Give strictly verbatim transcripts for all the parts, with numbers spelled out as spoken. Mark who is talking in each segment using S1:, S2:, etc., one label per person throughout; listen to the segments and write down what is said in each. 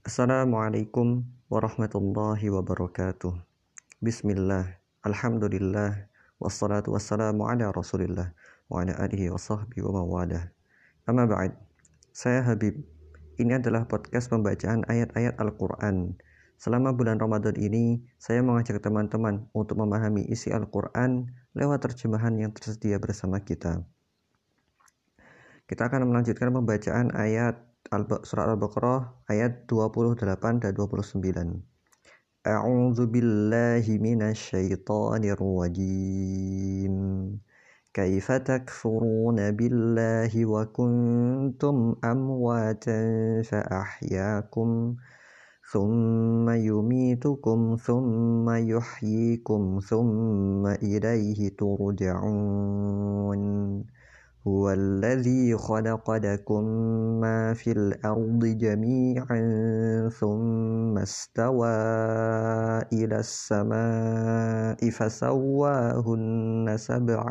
S1: Assalamualaikum warahmatullahi wabarakatuh. Bismillah, alhamdulillah, wassalatu wassalamu ala rasulillah wa ala alihi wa sahbihi wa mawadah. Amma ba'd, saya Habib. Ini adalah podcast pembacaan ayat-ayat Al-Quran. Selama bulan Ramadan ini, saya mengajak teman-teman untuk memahami isi Al-Quran lewat terjemahan yang tersedia bersama kita. Kita akan melanjutkan pembacaan ayat Surat Al-Baqarah ayat dua puluh delapan dan dua puluh sembilan. A'udzu billahi minasy syaithanir rajim. Kaifa takfuruna billahi wa kuntum amwatan fa ahyaakum thumma yumitukum thumma yuhyikum thumma ilaihi turja'un. هو الذي خلق لكم ما في الأرض جميعا ثم استوى إلى السماء فسواهن سبع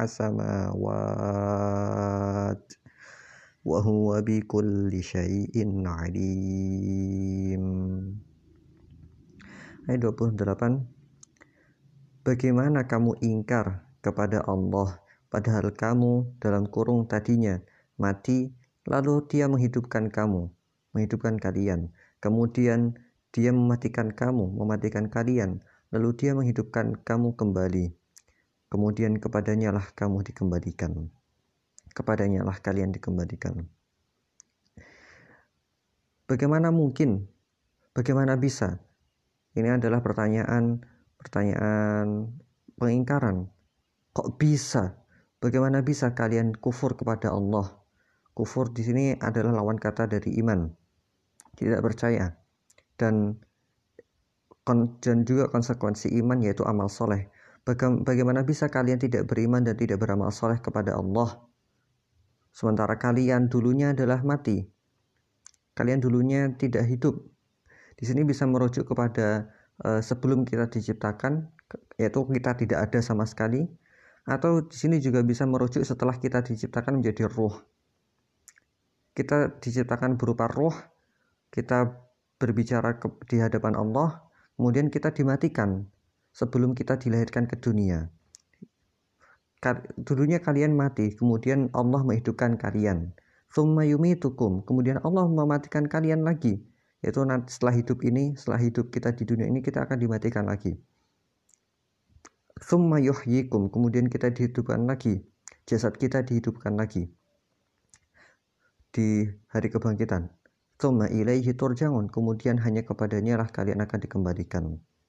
S1: سماوات وهو بكل شيء عليم. Ayat dua puluh delapan. Bagaimana kamu ingkar kepada Allah padahal kamu dalam kurung tadinya mati, lalu dia menghidupkan kamu, menghidupkan kalian. Kemudian dia mematikan kamu, mematikan kalian, lalu dia menghidupkan kamu kembali. Kemudian kepadanya lah kamu dikembalikan. Kepadanya lah kalian dikembalikan. Bagaimana mungkin? Bagaimana bisa? Ini adalah pertanyaan, pertanyaan pengingkaran. Kok bisa? Bagaimana bisa kalian kufur kepada Allah? Kufur di sini adalah lawan kata dari iman, tidak percaya, dan dan juga konsekuensi iman yaitu amal soleh. Bagaimana bisa kalian tidak beriman dan tidak beramal soleh kepada Allah, sementara kalian dulunya adalah mati, kalian dulunya tidak hidup. Di sini bisa merujuk kepada uh, sebelum kita diciptakan, yaitu kita tidak ada sama sekali. Atau di sini juga bisa merujuk setelah kita diciptakan menjadi ruh. Kita diciptakan berupa ruh, kita berbicara ke, di hadapan Allah, kemudian kita dimatikan sebelum kita dilahirkan ke dunia. Dulunya kalian mati, kemudian Allah menghidupkan kalian. Tsumma yumitukum, kemudian Allah mematikan kalian lagi. Yaitu nanti setelah hidup ini, setelah hidup kita di dunia ini, kita akan dimatikan lagi. Tsumma yuhyikum, kemudian kita dihidupkan lagi, jasad kita dihidupkan lagi di hari kebangkitan. Tsumma ilaihi turja'un, kemudian hanya kepadanya lah kalian akan dikembalikan.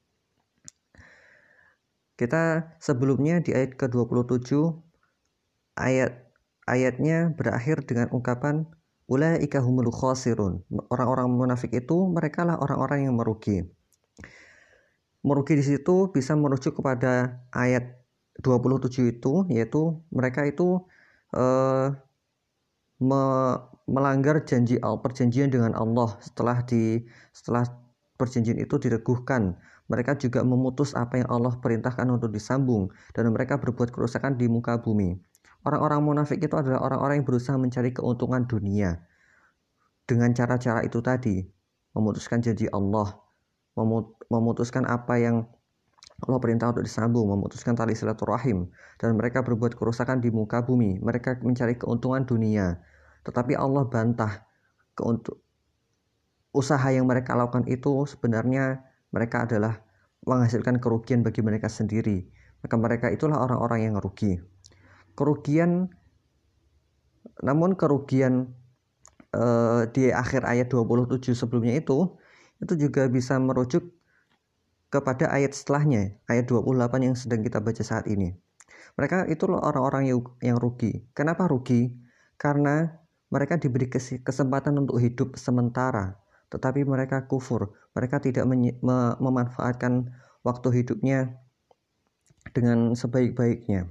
S1: Kita sebelumnya di ayat ke dua puluh tujuh, ayat ayatnya berakhir dengan ungkapan ulaika humul khasirun. Orang-orang munafik itu mereka lah orang-orang yang merugi. Merugi di situ bisa merujuk kepada ayat dua puluh tujuh itu, yaitu mereka itu uh, me, melanggar janji perjanjian dengan Allah. Setelah di setelah perjanjian itu diteguhkan, mereka juga memutus apa yang Allah perintahkan untuk disambung, dan mereka berbuat kerusakan di muka bumi. Orang-orang munafik itu adalah orang-orang yang berusaha mencari keuntungan dunia dengan cara-cara itu tadi, memutuskan janji Allah, memutuskan apa yang Allah perintah untuk disambung, memutuskan tali silaturahim, dan mereka berbuat kerusakan di muka bumi. Mereka mencari keuntungan dunia, tetapi Allah bantah keuntung usaha yang mereka lakukan itu sebenarnya mereka adalah menghasilkan kerugian bagi mereka sendiri. Maka mereka itulah orang-orang yang rugi. Kerugian, namun kerugian eh, di akhir ayat dua puluh tujuh sebelumnya itu itu juga bisa merujuk kepada ayat setelahnya, ayat dua puluh delapan yang sedang kita baca saat ini. Mereka itulah orang-orang yang, yang rugi. Kenapa rugi? Karena mereka diberi kesempatan untuk hidup sementara, tetapi mereka kufur. Mereka tidak menye- me- memanfaatkan waktu hidupnya dengan sebaik-baiknya.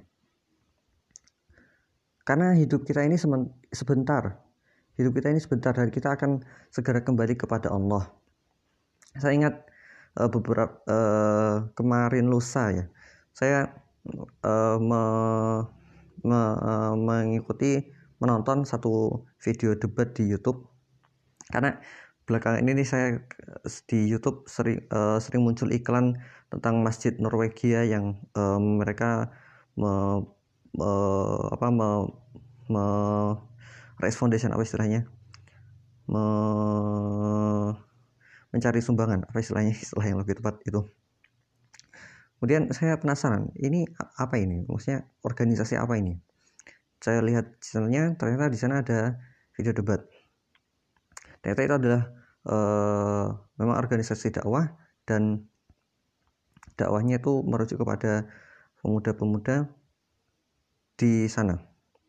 S1: Karena hidup kita ini sebentar. Hidup kita ini sebentar dan kita akan segera kembali kepada Allah. Saya ingat uh, beberapa uh, kemarin lusa ya, saya uh, me, me, uh, mengikuti menonton satu video debat di YouTube, karena belakangan ini nih saya di YouTube sering uh, sering muncul iklan tentang masjid Norwegia yang uh, mereka me, me, apa me, me raise foundation, apa istilahnya, me, mencari sumbangan, apa istilahnya, istilah yang lebih tepat itu. Kemudian saya penasaran, ini apa ini? Maksudnya organisasi apa ini? Saya lihat channelnya, ternyata di sana ada video debat. Ternyata itu adalah Uh, memang organisasi dakwah, dan dakwahnya itu merujuk kepada pemuda-pemuda di sana.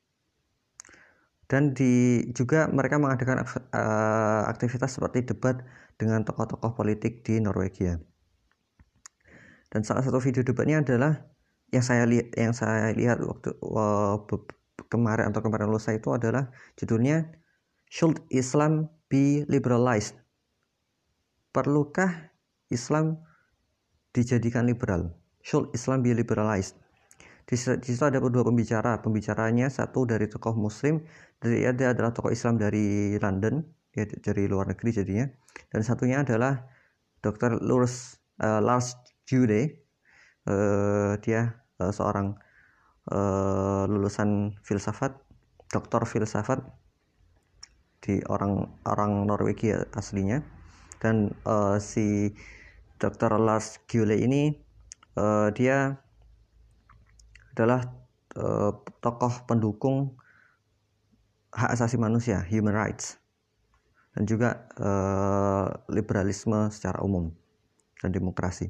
S1: Dan di juga mereka mengadakan uh, aktivitas seperti debat dengan tokoh-tokoh politik di Norwegia. Dan salah satu video debatnya adalah yang saya lihat yang saya lihat waktu uh, kemarin atau kemarin lusa itu adalah judulnya Should Islam be Liberalized? Perlukah Islam dijadikan liberal? Should Islam be liberalized? Di situ ada dua pembicara. Pembicaranya satu dari tokoh Muslim, dia adalah tokoh Islam dari London, dia dari luar negeri jadinya. Dan satunya adalah dokter Lars uh, Lars Jude. Uh, dia uh, seorang uh, lulusan filsafat, doktor filsafat di orang orang Norwegia aslinya. Dan uh, si dokter Lars Jude ini uh, dia adalah uh, tokoh pendukung hak asasi manusia, human rights, dan juga uh, liberalisme secara umum dan demokrasi.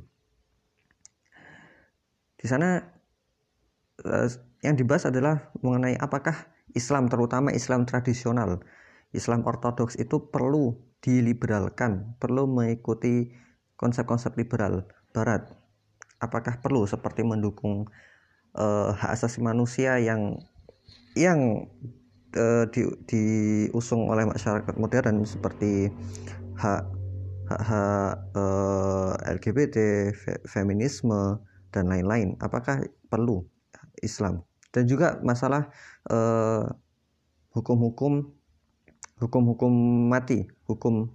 S1: Di sana uh, yang dibahas adalah mengenai apakah Islam, terutama Islam tradisional, Islam ortodoks itu perlu diliberalkan, perlu mengikuti konsep-konsep liberal Barat. Apakah perlu seperti mendukung uh, hak asasi manusia yang yang uh, di, diusung oleh masyarakat modern seperti hak hak, hak uh, L G B T, fe, feminisme dan lain-lain. Apakah perlu Islam? Dan juga masalah uh, hukum-hukum hukum-hukum mati, hukum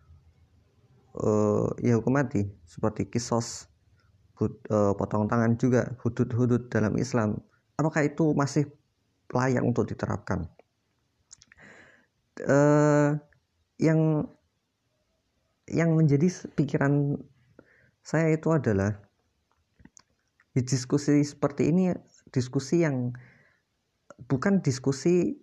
S1: uh, ya hukum mati seperti kisos, hud, uh, potong tangan, juga hudud-hudud dalam Islam. Apakah itu masih layak untuk diterapkan? Uh, yang yang menjadi pikiran saya itu adalah di diskusi seperti ini, diskusi yang bukan diskusi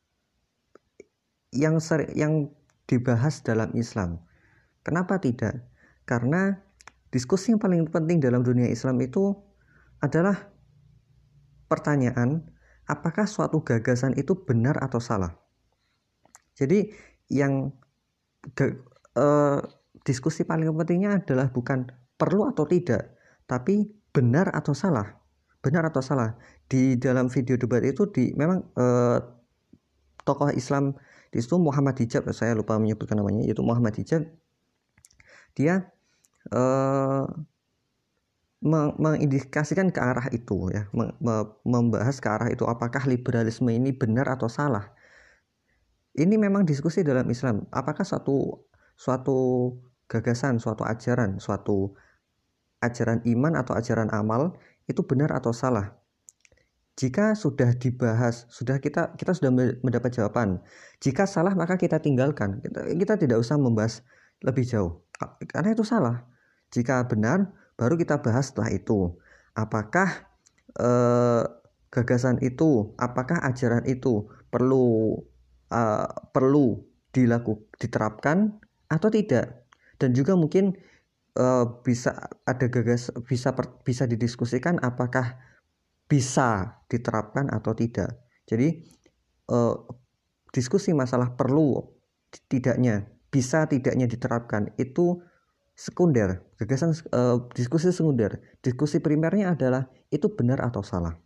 S1: yang seri, yang dibahas dalam Islam. Kenapa tidak? Karena diskusi yang paling penting dalam dunia Islam itu adalah pertanyaan, apakah suatu gagasan itu benar atau salah? Jadi yang eh, diskusi paling pentingnya adalah bukan perlu atau tidak, tapi benar atau salah. Benar atau salah. Di dalam video debat itu di memang eh, tokoh Islam di situ Muhammad Hijab, saya lupa menyebutkan namanya, yaitu Muhammad Hijab. Dia uh, mengindikasikan ke arah itu, ya, membahas ke arah itu, apakah liberalisme ini benar atau salah. Ini memang diskusi dalam Islam, apakah suatu suatu gagasan, suatu ajaran, suatu ajaran iman atau ajaran amal itu benar atau salah. Jika sudah dibahas, sudah kita kita sudah mendapat jawaban. Jika salah maka kita tinggalkan. Kita, kita tidak usah membahas lebih jauh, karena itu salah. Jika benar, baru kita bahas setelah itu. Apakah eh, gagasan itu, apakah ajaran itu perlu eh, perlu dilakukan, diterapkan atau tidak? Dan juga mungkin eh, bisa ada gagas, bisa bisa didiskusikan apakah bisa diterapkan atau tidak. Jadi eh, diskusi masalah perlu tidaknya, bisa tidaknya diterapkan itu sekunder. Gagasan eh, diskusi sekunder. Diskusi primernya adalah itu benar atau salah.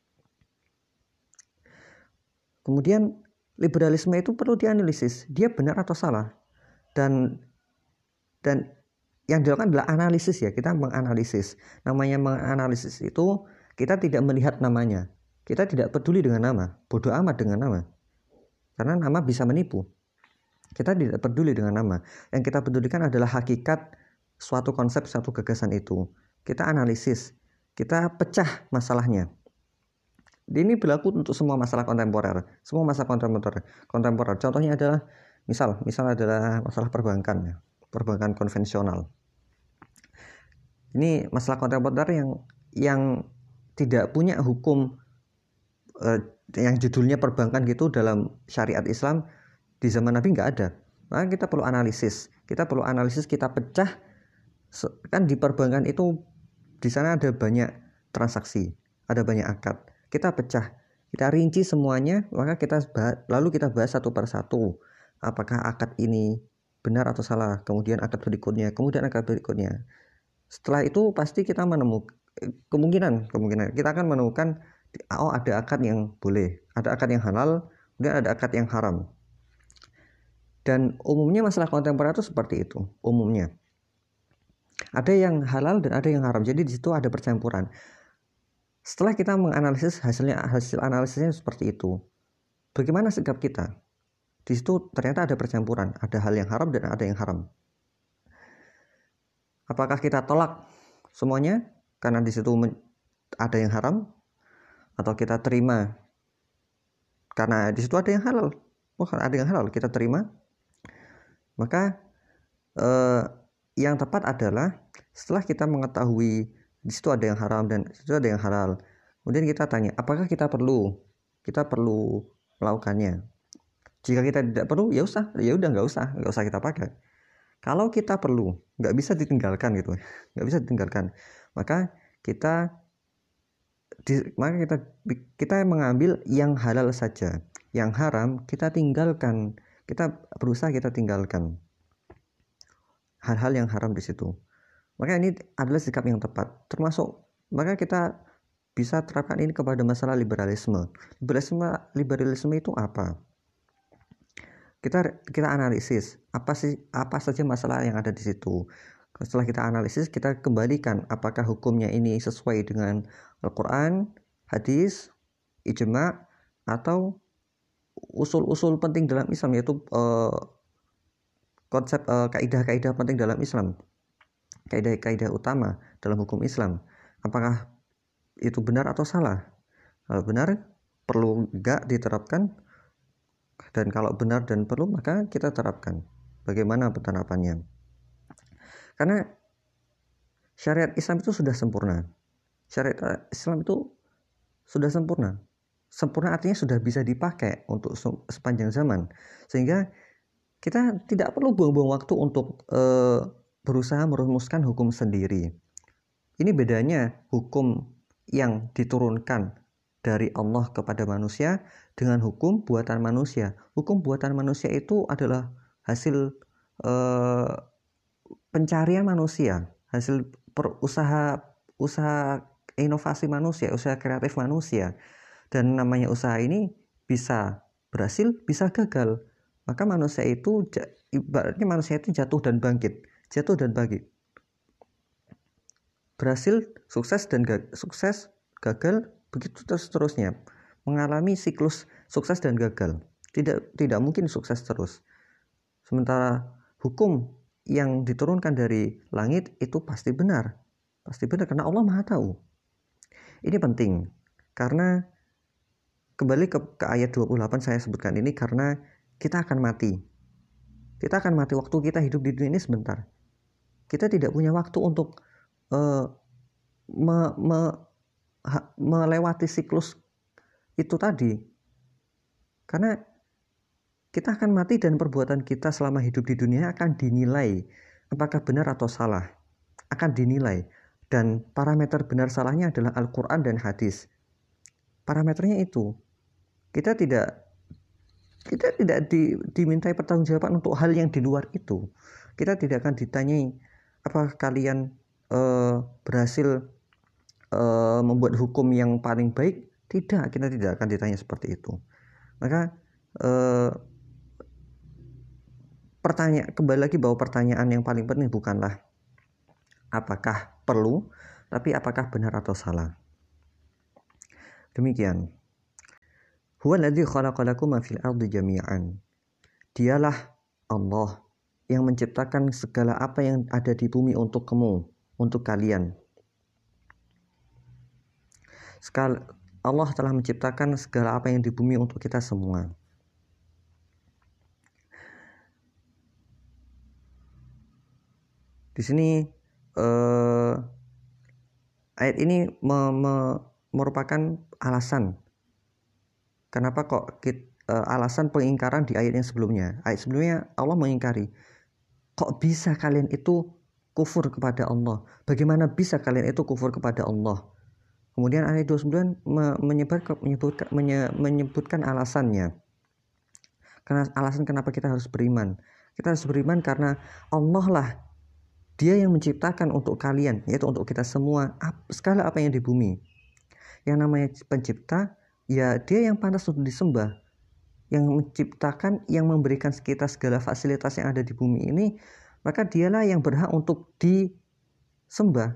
S1: Kemudian liberalisme itu perlu dianalisis, dia benar atau salah. Dan dan yang dilakukan adalah analisis, ya, kita menganalisis. Namanya menganalisis itu kita tidak melihat namanya. Kita tidak peduli dengan nama. Bodoh amat dengan nama. Karena nama bisa menipu. Kita tidak peduli dengan nama. Yang kita pedulikan adalah hakikat suatu konsep, suatu gagasan itu. Kita analisis, kita pecah masalahnya. Ini berlaku untuk semua masalah kontemporer, semua masalah kontemporer. Kontemporer. Contohnya adalah misal, misal adalah masalah perbankan, perbankan konvensional. Ini masalah kontemporer yang yang tidak punya hukum eh, yang judulnya perbankan gitu dalam syariat Islam. Di zaman Nabi nggak ada. Maka kita perlu analisis. Kita perlu analisis, kita pecah. Kan di perbankan itu di sana ada banyak transaksi, ada banyak akad. Kita pecah, kita rinci semuanya, maka kita bahas, lalu kita bahas satu per satu. Apakah akad ini benar atau salah? Kemudian akad berikutnya, kemudian akad berikutnya. Setelah itu pasti kita menemukan kemungkinan, kemungkinan kita akan menemukan oh ada akad yang boleh, ada akad yang halal, kemudian ada akad yang haram. Dan umumnya masalah kontemporer itu seperti itu, umumnya. Ada yang halal dan ada yang haram. Jadi di situ ada percampuran. Setelah kita menganalisis hasilnya, hasil analisisnya seperti itu. Bagaimana sikap kita? Di situ ternyata ada percampuran, ada hal yang haram dan ada yang haram. Apakah kita tolak semuanya karena di situ ada yang haram, atau kita terima karena di situ ada yang halal? Oh, ada yang halal, kita terima. Maka eh, yang tepat adalah setelah kita mengetahui di situ ada yang haram dan di situ ada yang halal, kemudian kita tanya, apakah kita perlu kita perlu melakukannya? Jika kita tidak perlu, ya usah, ya udah nggak usah, nggak usah kita pakai. Kalau kita perlu, nggak bisa ditinggalkan gitu, nggak bisa ditinggalkan. Maka kita di, maka kita kita mengambil yang halal saja, yang haram kita tinggalkan. Kita berusaha kita tinggalkan hal-hal yang haram di situ. Maka ini adalah sikap yang tepat. Termasuk maka kita bisa terapkan ini kepada masalah liberalisme. Liberalisme liberalisme itu apa? Kita kita analisis apa sih apa saja masalah yang ada di situ. Setelah kita analisis, kita kembalikan apakah hukumnya ini sesuai dengan Al-Quran, hadis, ijma, atau usul-usul penting dalam Islam, yaitu uh, konsep uh, kaidah-kaidah penting dalam Islam, kaidah-kaidah utama dalam hukum Islam. Apakah itu benar atau salah? Kalau benar, perlu enggak diterapkan? Dan kalau benar dan perlu, maka kita terapkan. Bagaimana penerapannya? Karena syariat Islam itu sudah sempurna. Syariat Islam itu sudah sempurna. Sempurna artinya sudah bisa dipakai untuk sepanjang zaman. Sehingga kita tidak perlu buang-buang waktu untuk e, berusaha merumuskan hukum sendiri. Ini bedanya hukum yang diturunkan dari Allah kepada manusia dengan hukum buatan manusia. Hukum buatan manusia itu adalah hasil e, pencarian manusia, hasil perusaha usaha inovasi manusia, usaha kreatif manusia. Dan namanya usaha ini bisa berhasil, bisa gagal. Maka manusia itu, ibaratnya manusia itu jatuh dan bangkit, jatuh dan bangkit. Berhasil, sukses dan gagal, sukses, gagal, begitu terus terusnya. Mengalami siklus sukses dan gagal. Tidak tidak mungkin sukses terus. Sementara hukum yang diturunkan dari langit itu pasti benar. Pasti benar karena Allah Maha Tahu. Ini penting karena kembali ke, ke ayat dua puluh delapan saya sebutkan ini karena kita akan mati. Kita akan mati, waktu kita hidup di dunia ini sebentar. Kita tidak punya waktu untuk uh, me, me, ha, melewati siklus itu tadi. Karena kita akan mati dan perbuatan kita selama hidup di dunia akan dinilai apakah benar atau salah. Akan dinilai. Dan parameter benar salahnya adalah Al-Quran dan hadis. Parameternya itu. Kita tidak kita tidak di, dimintai pertanggungjawaban untuk hal yang di luar itu. Kita tidak akan ditanyai apakah kalian uh, berhasil uh, membuat hukum yang paling baik. Tidak, kita tidak akan ditanya seperti itu. Maka uh, pertanyaan kembali lagi bahwa pertanyaan yang paling penting bukanlah apakah perlu, tapi apakah benar atau salah. Demikian. Huwaladzi khalaqalakum ma fil ardi jami'an. Dialah Allah yang menciptakan segala apa yang ada di bumi untuk kamu, untuk kalian. Sekali Allah telah menciptakan segala apa yang di bumi untuk kita semua. Di sini eh, ayat ini me, me, merupakan alasan kenapa kok kita, eh, alasan pengingkaran di ayat yang sebelumnya. Ayat sebelumnya Allah mengingkari, kok bisa kalian itu kufur kepada Allah? Bagaimana bisa kalian itu kufur kepada Allah? Kemudian ayat dua puluh sembilan menyebutkan, menyebutkan, menyebutkan alasannya. Karena alasan kenapa kita harus beriman. Kita harus beriman karena Allah lah Dia yang menciptakan untuk kalian, yaitu untuk kita semua, segala apa yang di bumi. Yang namanya pencipta, ya Dia yang pantas untuk disembah. Yang menciptakan, yang memberikan kita segala fasilitas yang ada di bumi ini, maka Dialah yang berhak untuk disembah,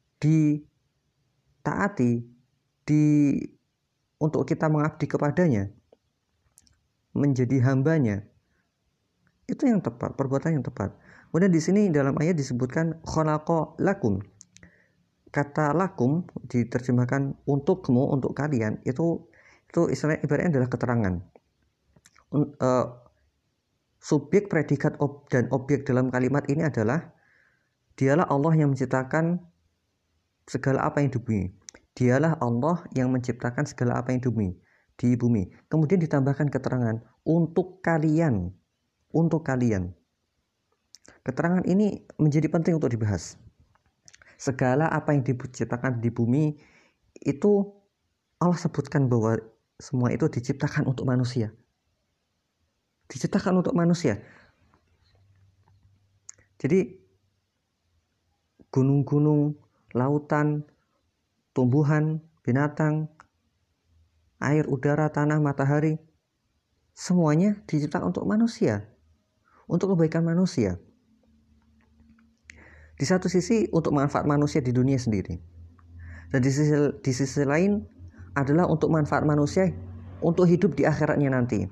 S1: ditaati, di untuk kita mengabdi kepadanya, menjadi hambanya. Itu yang tepat, perbuatan yang tepat. Kemudian di sini dalam ayat disebutkan khalaqa lakum. Kata lakum diterjemahkan untukmu, untuk kalian, itu itu istilahnya ibaratnya adalah keterangan. Uh, subjek, predikat, ob, dan objek dalam kalimat ini adalah Dialah Allah yang menciptakan segala apa yang di bumi. Dialah Allah yang menciptakan segala apa yang di bumi, di bumi. Kemudian ditambahkan keterangan untuk kalian, untuk kalian. Keterangan ini menjadi penting untuk dibahas. Segala apa yang diciptakan di bumi itu Allah sebutkan bahwa semua itu diciptakan untuk manusia. Diciptakan untuk manusia. Jadi gunung-gunung, lautan, tumbuhan, binatang, air, udara, tanah, matahari, semuanya diciptakan untuk manusia, untuk kebaikan manusia. Di satu sisi untuk manfaat manusia di dunia sendiri, dan di sisi, di sisi lain adalah untuk manfaat manusia untuk hidup di akhiratnya nanti.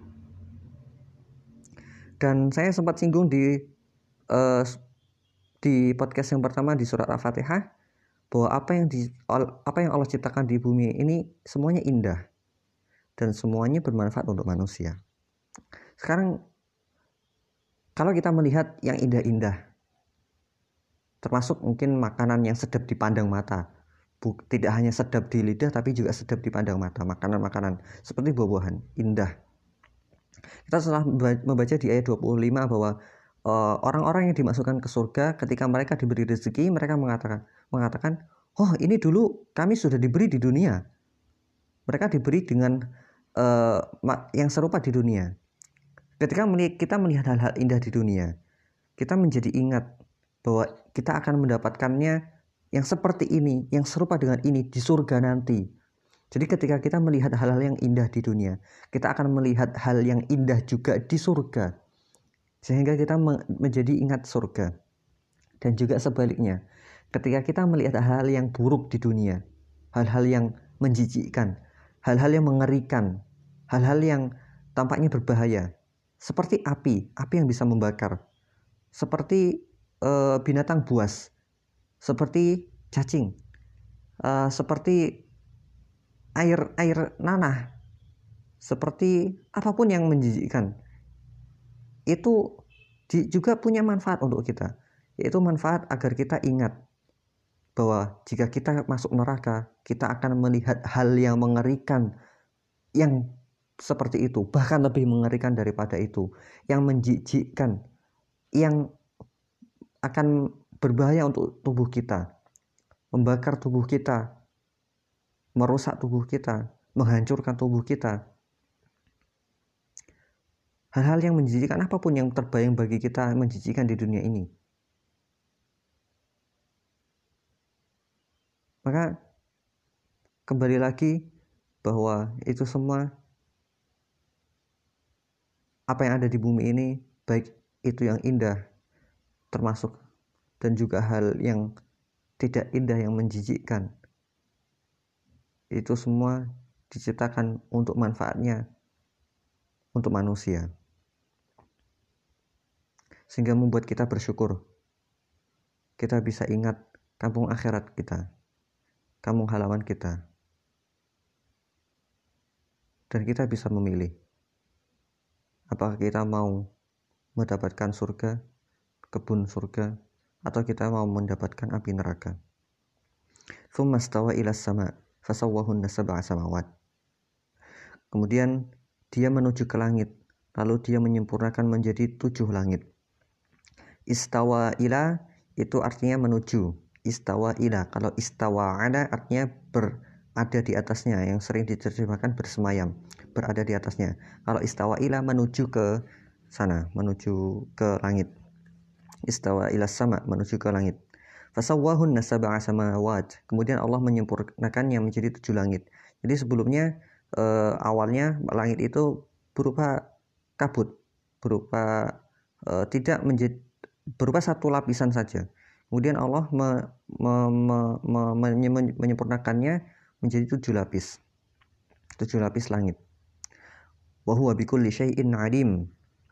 S1: Dan saya sempat singgung di uh, di podcast yang pertama di surat Al-Fatihah bahwa apa yang di, apa yang Allah ciptakan di bumi ini semuanya indah dan semuanya bermanfaat untuk manusia. Sekarang kalau kita melihat yang indah-indah, termasuk mungkin makanan yang sedap dipandang mata, tidak hanya sedap di lidah tapi juga sedap dipandang mata, makanan-makanan seperti buah-buahan indah. Kita setelah membaca di ayat dua puluh lima bahwa uh, orang-orang yang dimasukkan ke surga ketika mereka diberi rezeki, mereka mengatakan mengatakan oh ini dulu kami sudah diberi di dunia. Mereka diberi dengan uh, yang serupa di dunia. Ketika kita melihat hal-hal indah di dunia, kita menjadi ingat bahwa kita akan mendapatkannya yang seperti ini, yang serupa dengan ini di surga nanti. Jadi ketika kita melihat hal-hal yang indah di dunia, kita akan melihat hal yang indah juga di surga. Sehingga kita menjadi ingat surga. Dan juga sebaliknya, ketika kita melihat hal-hal yang buruk di dunia, hal-hal yang menjijikkan, hal-hal yang mengerikan, hal-hal yang tampaknya berbahaya, seperti api, api yang bisa membakar, seperti uh, binatang buas, seperti cacing, uh, seperti air air nanah, seperti apapun yang menjijikkan, itu juga punya manfaat untuk kita, yaitu manfaat agar kita ingat bahwa jika kita masuk neraka, kita akan melihat hal yang mengerikan yang seperti itu, bahkan lebih mengerikan daripada itu, yang menjijikkan, yang akan berbahaya untuk tubuh kita, membakar tubuh kita, merusak tubuh kita, menghancurkan tubuh kita. Hal-hal yang menjijikkan apapun yang terbayang bagi kita menjijikkan di dunia ini. Maka kembali lagi bahwa itu semua apa yang ada di bumi ini, baik itu yang indah termasuk dan juga hal yang tidak indah yang menjijikkan, itu semua diciptakan untuk manfaatnya untuk manusia. sehingga membuat kita bersyukur. Kita bisa ingat kampung akhirat kita, kampung halaman kita, dan kita bisa memilih apakah kita mau mendapatkan surga, kebun surga, atau kita mau mendapatkan api neraka. Tsumma stawa ila sama fasawwahunna sab'a samawat. Kemudian dia menuju ke langit, lalu dia menyempurnakan menjadi tujuh langit. Istawa ila itu artinya menuju. Istawa ila, kalau istawa ala artinya berada di atasnya, yang sering diterjemahkan bersemayam, berada di atasnya. Kalau istawa ila menuju ke sana, menuju ke langit. Istawa ila sama, menuju ke langit. Fasawwahunna sab'a samawat. Kemudian Allah menyempurnakannya menjadi tujuh langit. Jadi sebelumnya eh, awalnya langit itu berupa kabut, berupa eh, tidak menjadi berupa satu lapisan saja. Kemudian Allah me, me, me, me, me, menyempurnakannya menjadi tujuh lapis, tujuh lapis langit. Wa huwa bikulli syai'in alim.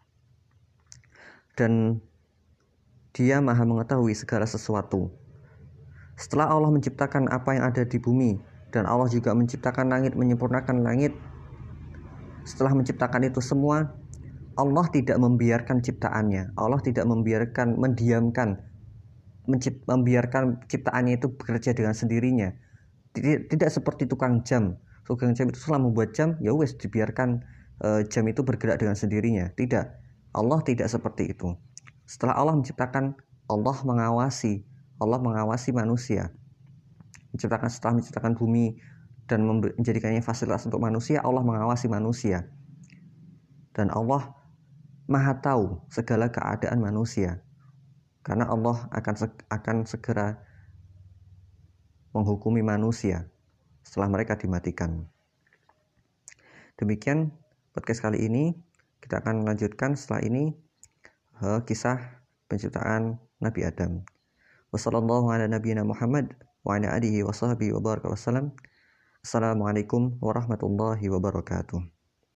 S1: Dan Dia maha mengetahui segala sesuatu. Setelah Allah menciptakan apa yang ada di bumi, dan Allah juga menciptakan langit, menyempurnakan langit, setelah menciptakan itu semua, Allah tidak membiarkan ciptaannya. Allah tidak membiarkan, mendiamkan, mencipt, membiarkan ciptaannya itu bekerja dengan sendirinya. Tidak, tidak seperti tukang jam. Tukang jam itu setelah membuat jam, ya wes dibiarkan e, jam itu bergerak dengan sendirinya. Tidak. Allah tidak seperti itu. Setelah Allah menciptakan, Allah mengawasi, Allah mengawasi manusia. Menciptakan setelah menciptakan bumi dan menjadikannya fasilitas untuk manusia, Allah mengawasi manusia. Dan Allah Maha tahu segala keadaan manusia. Karena Allah akan akan segera menghukumi manusia setelah mereka dimatikan. Demikian podcast kali ini. Kita akan lanjutkan setelah ini kisah penciptaan Nabi Adam. Wassallallahu ala nabiyyina Muhammad wa ala alihi wa sahbihi wa baraka wasallam. Assalamualaikum warahmatullahi wabarakatuh.